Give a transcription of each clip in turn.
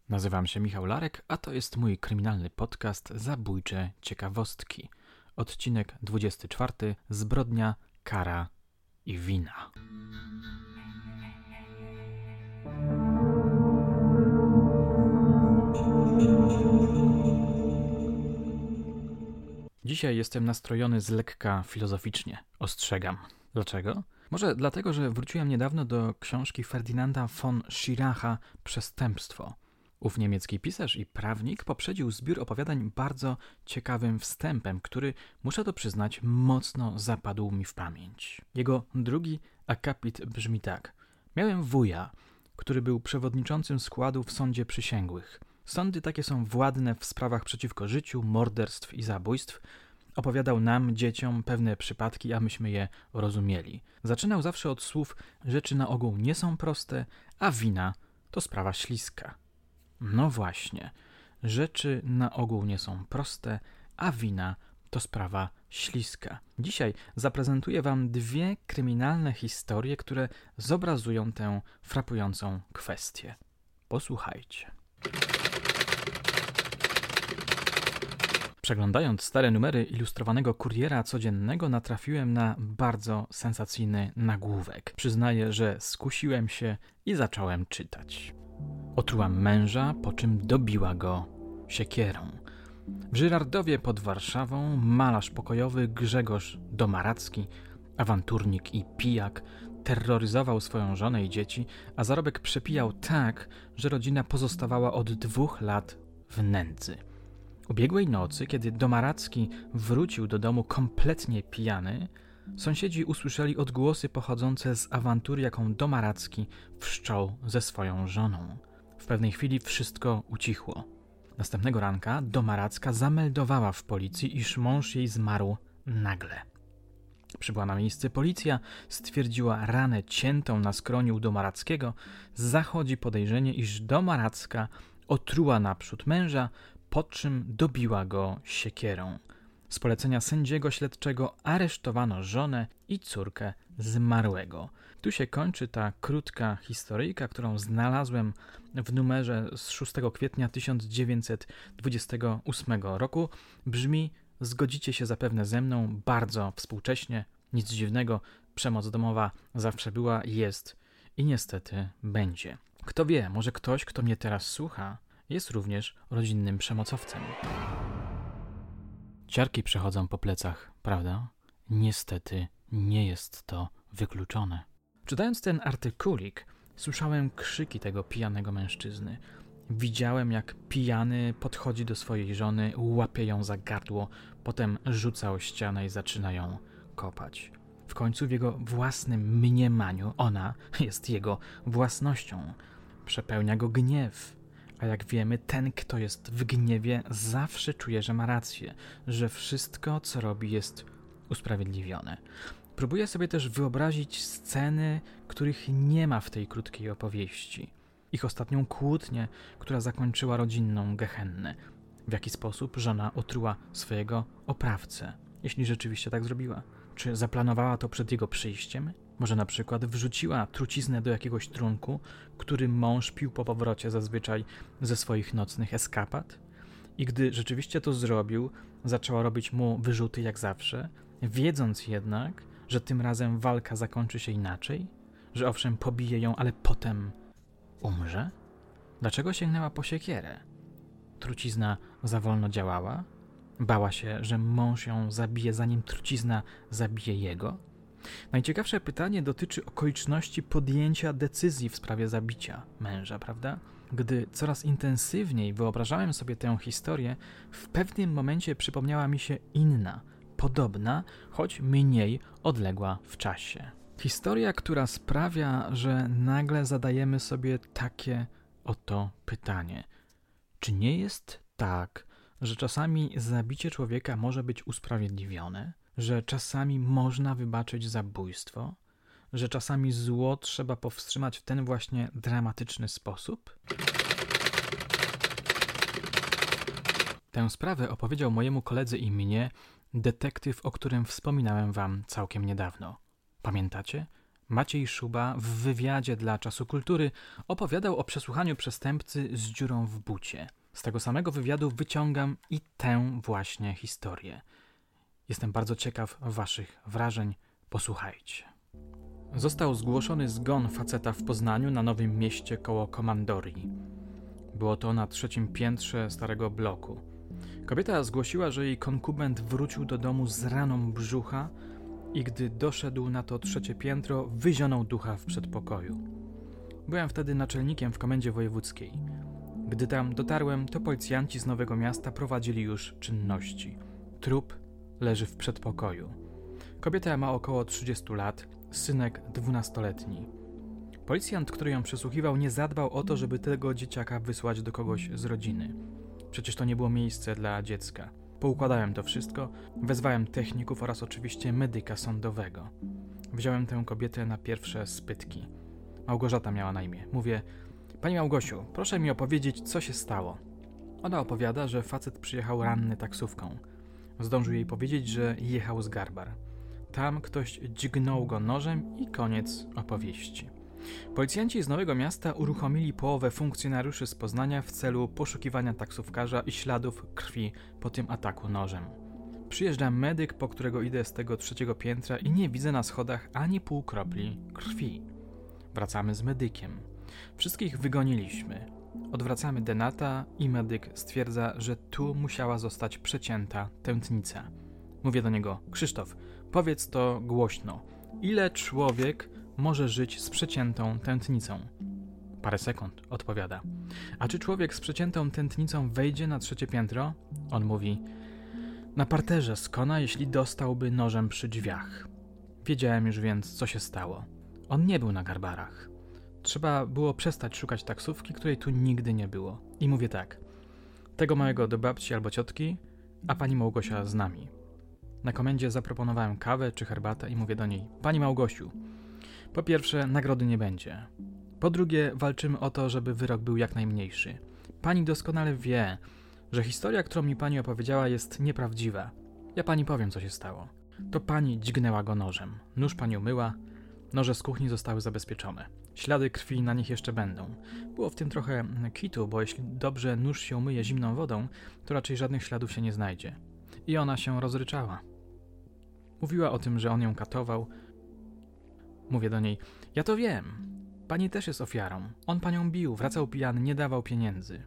Nazywam się Michał Larek, a to jest mój kryminalny podcast Zabójcze Ciekawostki. Odcinek 24. Zbrodnia, kara i wina. Dzisiaj jestem nastrojony z lekka filozoficznie. Ostrzegam. Dlaczego? Może dlatego, że wróciłem niedawno do książki Ferdynanda von Schiracha Przestępstwo. Ów niemiecki pisarz i prawnik poprzedził zbiór opowiadań bardzo ciekawym wstępem, który, muszę to przyznać, mocno zapadł mi w pamięć. Jego drugi akapit brzmi tak. Miałem wuja, który był przewodniczącym składu w sądzie przysięgłych. Sądy takie są władne w sprawach przeciwko życiu, morderstw i zabójstw. Opowiadał nam, dzieciom, pewne przypadki, a myśmy je rozumieli. Zaczynał zawsze od słów: rzeczy na ogół nie są proste, a wina to sprawa śliska. No właśnie, rzeczy na ogół nie są proste, a wina to sprawa śliska. Dzisiaj zaprezentuję wam dwie kryminalne historie, które zobrazują tę frapującą kwestię. Posłuchajcie. Przeglądając stare numery ilustrowanego Kuriera Codziennego, natrafiłem na bardzo sensacyjny nagłówek. Przyznaję, że skusiłem się i zacząłem czytać. Otruła męża, po czym dobiła go siekierą. W Żyrardowie pod Warszawą malarz pokojowy Grzegorz Domaracki, awanturnik i pijak, terroryzował swoją żonę i dzieci, a zarobek przepijał tak, że rodzina pozostawała od 2 lat w nędzy. Ubiegłej nocy, kiedy Domaracki wrócił do domu kompletnie pijany, sąsiedzi usłyszeli odgłosy pochodzące z awantury, jaką Domaracki wszczął ze swoją żoną. W pewnej chwili wszystko ucichło. Następnego ranka Domaracka zameldowała w policji, iż mąż jej zmarł nagle. Przybyła na miejsce policja, stwierdziła ranę ciętą na skroniu Domarackiego. Zachodzi podejrzenie, iż Domaracka otruła naprzód męża, po czym dobiła go siekierą. Z polecenia sędziego śledczego aresztowano żonę i córkę zmarłego. Tu się kończy ta krótka historyjka, którą znalazłem w numerze z 6 kwietnia 1928 roku. Brzmi: zgodzicie się zapewne ze mną, bardzo współcześnie, nic dziwnego, przemoc domowa zawsze była, jest i niestety będzie. Kto wie, może ktoś, kto mnie teraz słucha, jest również rodzinnym przemocowcem. Ciarki przechodzą po plecach, prawda? Niestety nie jest to wykluczone. Czytając ten artykulik, słyszałem krzyki tego pijanego mężczyzny. Widziałem, jak pijany podchodzi do swojej żony, łapie ją za gardło, potem rzuca o ścianę i zaczyna ją kopać. W końcu w jego własnym mniemaniu ona jest jego własnością. Przepełnia go gniew. A jak wiemy, ten, kto jest w gniewie, zawsze czuje, że ma rację, że wszystko, co robi, jest usprawiedliwione. Próbuję sobie też wyobrazić sceny, których nie ma w tej krótkiej opowieści. Ich ostatnią kłótnię, która zakończyła rodzinną gehennę. W jaki sposób żona otruła swojego oprawcę, jeśli rzeczywiście tak zrobiła. Czy zaplanowała to przed jego przyjściem? Może na przykład wrzuciła truciznę do jakiegoś trunku, który mąż pił po powrocie zazwyczaj ze swoich nocnych eskapad? I gdy rzeczywiście to zrobił, zaczęła robić mu wyrzuty jak zawsze, wiedząc jednak, że tym razem walka zakończy się inaczej? Że owszem, pobije ją, ale potem umrze? Dlaczego sięgnęła po siekierę? Trucizna za wolno działała? Bała się, że mąż ją zabije, zanim trucizna zabije jego? Najciekawsze pytanie dotyczy okoliczności podjęcia decyzji w sprawie zabicia męża, prawda? Gdy coraz intensywniej wyobrażałem sobie tę historię, w pewnym momencie przypomniała mi się inna, podobna, choć mniej odległa w czasie. Historia, która sprawia, że nagle zadajemy sobie takie oto pytanie. Czy nie jest tak, że czasami zabicie człowieka może być usprawiedliwione? Że czasami można wybaczyć zabójstwo? Że czasami zło trzeba powstrzymać w ten właśnie dramatyczny sposób? Tę sprawę opowiedział mojemu koledze i mnie detektyw, o którym wspominałem wam całkiem niedawno. Pamiętacie? Maciej Szuba w wywiadzie dla Czasu Kultury opowiadał o przesłuchaniu przestępcy z dziurą w bucie. Z tego samego wywiadu wyciągam i tę właśnie historię. Jestem bardzo ciekaw waszych wrażeń. Posłuchajcie. Został zgłoszony zgon faceta w Poznaniu na Nowym Mieście koło Komandorii. Było to na 3. piętrze starego bloku. Kobieta zgłosiła, że jej konkubent wrócił do domu z raną brzucha i gdy doszedł na to 3. piętro, wyzionął ducha w przedpokoju. Byłem wtedy naczelnikiem w komendzie wojewódzkiej. Gdy tam dotarłem, to policjanci z Nowego Miasta prowadzili już czynności. Trup leży w przedpokoju. Kobieta ma około 30 lat, synek 12-letni. Policjant, który ją przesłuchiwał, nie zadbał o to, żeby tego dzieciaka wysłać do kogoś z rodziny. Przecież to nie było miejsce dla dziecka. Poukładałem to wszystko, wezwałem techników oraz oczywiście medyka sądowego. Wziąłem tę kobietę na pierwsze spytki. Małgorzata miała na imię. Mówię: pani Małgosiu, proszę mi opowiedzieć, co się stało. Ona opowiada, że facet przyjechał ranny taksówką. Zdążył jej powiedzieć, że jechał z Garbar. Tam ktoś dźgnął go nożem i koniec opowieści. Policjanci z Nowego Miasta uruchomili połowę funkcjonariuszy z Poznania w celu poszukiwania taksówkarza i śladów krwi po tym ataku nożem. Przyjeżdża medyk, po którego idę z tego 3. piętra i nie widzę na schodach ani pół kropli krwi. Wracamy z medykiem. Wszystkich wygoniliśmy. Odwracamy denata i medyk stwierdza, że tu musiała zostać przecięta tętnica. Mówię do niego: Krzysztof, powiedz to głośno. Ile człowiek może żyć z przeciętą tętnicą? Parę sekund, odpowiada. A czy człowiek z przeciętą tętnicą wejdzie na 3. piętro? On mówi: na parterze skona, jeśli dostałby nożem przy drzwiach. Wiedziałem już więc, co się stało. On nie był na Garbarach. Trzeba było przestać szukać taksówki, której tu nigdy nie było. I mówię tak: tego małego do babci albo ciotki, a pani Małgosia z nami. Na komendzie zaproponowałem kawę czy herbatę i mówię do niej: pani Małgosiu, po pierwsze, nagrody nie będzie. Po drugie, walczymy o to, żeby wyrok był jak najmniejszy. Pani doskonale wie, że historia, którą mi pani opowiedziała, jest nieprawdziwa. Ja pani powiem, co się stało. To pani dźgnęła go nożem. Nóż pani umyła, noże z kuchni zostały zabezpieczone. Ślady krwi na nich jeszcze będą. Było w tym trochę kitu, bo jeśli dobrze nóż się umyje zimną wodą, to raczej żadnych śladów się nie znajdzie. I ona się rozryczała. Mówiła o tym, że on ją katował. Mówię do niej: ja to wiem. Pani też jest ofiarą. On panią bił, wracał pijany, nie dawał pieniędzy.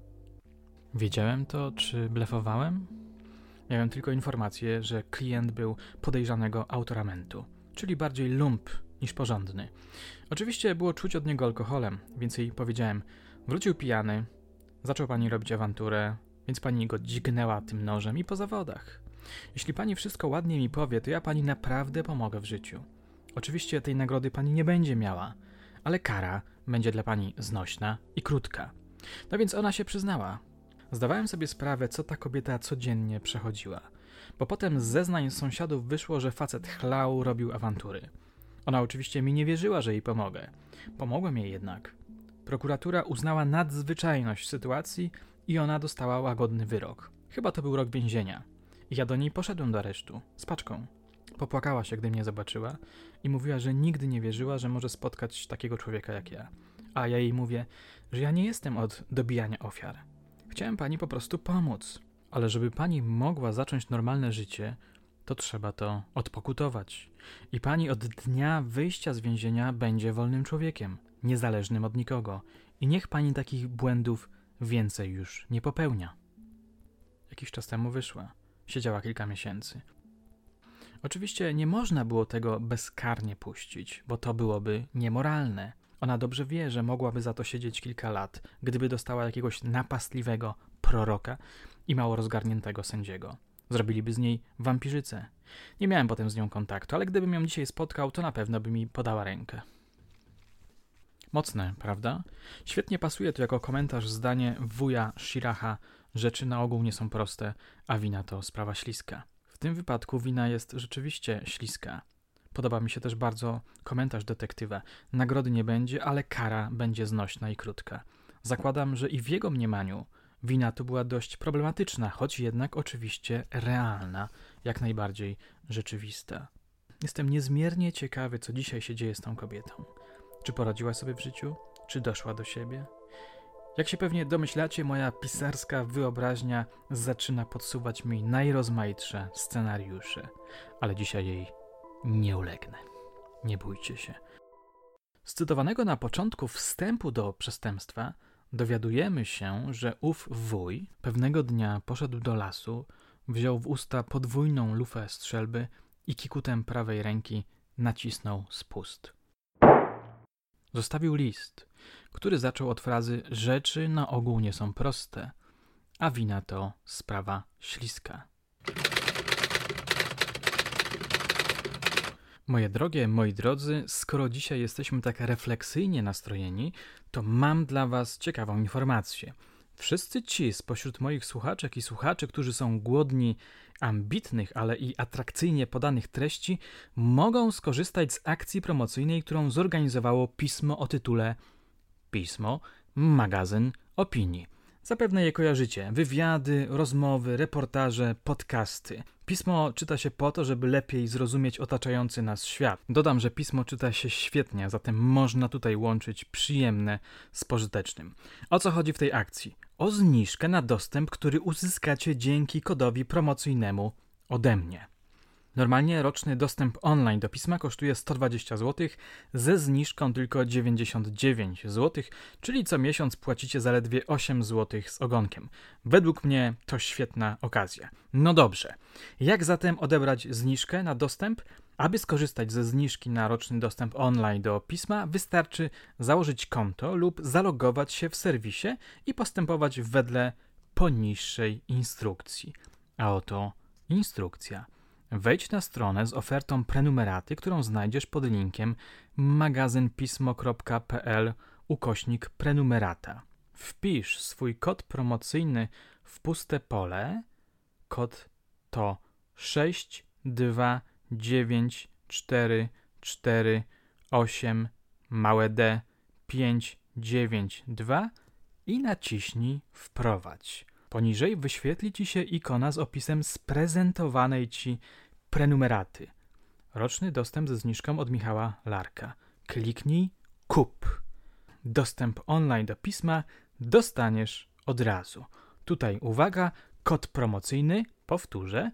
Wiedziałem to, czy blefowałem? Miałem tylko informację, że klient był podejrzanego autoramentu, czyli bardziej lump niż porządny. Oczywiście było czuć od niego alkoholem, więc jej powiedziałem: wrócił pijany, zaczął pani robić awanturę, więc pani go dźgnęła tym nożem i po zawodach. Jeśli pani wszystko ładnie mi powie, to ja pani naprawdę pomogę w życiu. Oczywiście tej nagrody pani nie będzie miała, ale kara będzie dla pani znośna i krótka. No więc ona się przyznała. Zdawałem sobie sprawę, co ta kobieta codziennie przechodziła, bo potem z zeznań sąsiadów wyszło, że facet chlał, robił awantury. Ona oczywiście mi nie wierzyła, że jej pomogę. Pomogłem jej jednak. Prokuratura uznała nadzwyczajność sytuacji i ona dostała łagodny wyrok. Chyba to był rok więzienia. I ja do niej poszedłem do aresztu, z paczką. Popłakała się, gdy mnie zobaczyła i mówiła, że nigdy nie wierzyła, że może spotkać takiego człowieka jak ja. A ja jej mówię, że ja nie jestem od dobijania ofiar. Chciałem pani po prostu pomóc. Ale żeby pani mogła zacząć normalne życie, to trzeba to odpokutować. I pani od dnia wyjścia z więzienia będzie wolnym człowiekiem, niezależnym od nikogo. I niech pani takich błędów więcej już nie popełnia. Jakiś czas temu wyszła. Siedziała kilka miesięcy. Oczywiście nie można było tego bezkarnie puścić, bo to byłoby niemoralne. Ona dobrze wie, że mogłaby za to siedzieć kilka lat, gdyby dostała jakiegoś napastliwego proroka i mało rozgarniętego sędziego. Zrobiliby z niej wampirzycę. Nie miałem potem z nią kontaktu, ale gdybym ją dzisiaj spotkał, to na pewno by mi podała rękę. Mocne, prawda? Świetnie pasuje tu jako komentarz zdanie wuja Shiraha: rzeczy na ogół nie są proste, a wina to sprawa śliska. W tym wypadku wina jest rzeczywiście śliska. Podoba mi się też bardzo komentarz detektywa. Nagrody nie będzie, ale kara będzie znośna i krótka. Zakładam, że i w jego mniemaniu wina to była dość problematyczna, choć jednak oczywiście realna, jak najbardziej rzeczywista. Jestem niezmiernie ciekawy, co dzisiaj się dzieje z tą kobietą. Czy poradziła sobie w życiu? Czy doszła do siebie? Jak się pewnie domyślacie, moja pisarska wyobraźnia zaczyna podsuwać mi najrozmaitsze scenariusze. Ale dzisiaj jej nie ulegnę. Nie bójcie się. Z cytowanego na początku wstępu do przestępstwa dowiadujemy się, że ów wuj pewnego dnia poszedł do lasu, wziął w usta podwójną lufę strzelby i kikutem prawej ręki nacisnął spust. Zostawił list, który zaczął od frazy: rzeczy na ogół nie są proste, a wina to sprawa śliska. Moje drogie, moi drodzy, skoro dzisiaj jesteśmy tak refleksyjnie nastrojeni, to mam dla was ciekawą informację. Wszyscy ci spośród moich słuchaczek i słuchaczy, którzy są głodni ambitnych, ale i atrakcyjnie podanych treści, mogą skorzystać z akcji promocyjnej, którą zorganizowało pismo o tytule Pismo, magazyn opinii. Zapewne je kojarzycie. Wywiady, rozmowy, reportaże, podcasty. Pismo czyta się po to, żeby lepiej zrozumieć otaczający nas świat. Dodam, że pismo czyta się świetnie, zatem można tutaj łączyć przyjemne z pożytecznym. O co chodzi w tej akcji? O zniżkę na dostęp, który uzyskacie dzięki kodowi promocyjnemu ode mnie. Normalnie roczny dostęp online do pisma kosztuje 120 zł, ze zniżką tylko 99 zł, czyli co miesiąc płacicie zaledwie 8 zł z ogonkiem. Według mnie to świetna okazja. No dobrze, jak zatem odebrać zniżkę na dostęp? Aby skorzystać ze zniżki na roczny dostęp online do pisma, wystarczy założyć konto lub zalogować się w serwisie i postępować wedle poniższej instrukcji. A oto instrukcja. Wejdź na stronę z ofertą prenumeraty, którą znajdziesz pod linkiem magazynpismo.pl/prenumerata. Wpisz swój kod promocyjny w puste pole. Kod to 629448 małe d 592 i naciśnij wprowadź. Poniżej wyświetli ci się ikona z opisem sprezentowanej ci prenumeraty. Roczny dostęp ze zniżką od Michała Larka. Kliknij kup. Dostęp online do pisma dostaniesz od razu. Tutaj uwaga, kod promocyjny, powtórzę,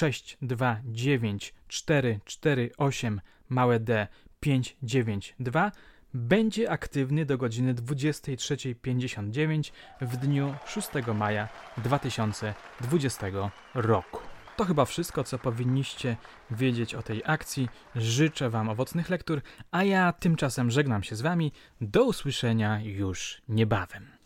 629448 małe d 592 będzie aktywny do godziny 23:59 w dniu 6 maja 2020 roku. To chyba wszystko, co powinniście wiedzieć o tej akcji. Życzę wam owocnych lektur, a ja tymczasem żegnam się z wami. Do usłyszenia już niebawem.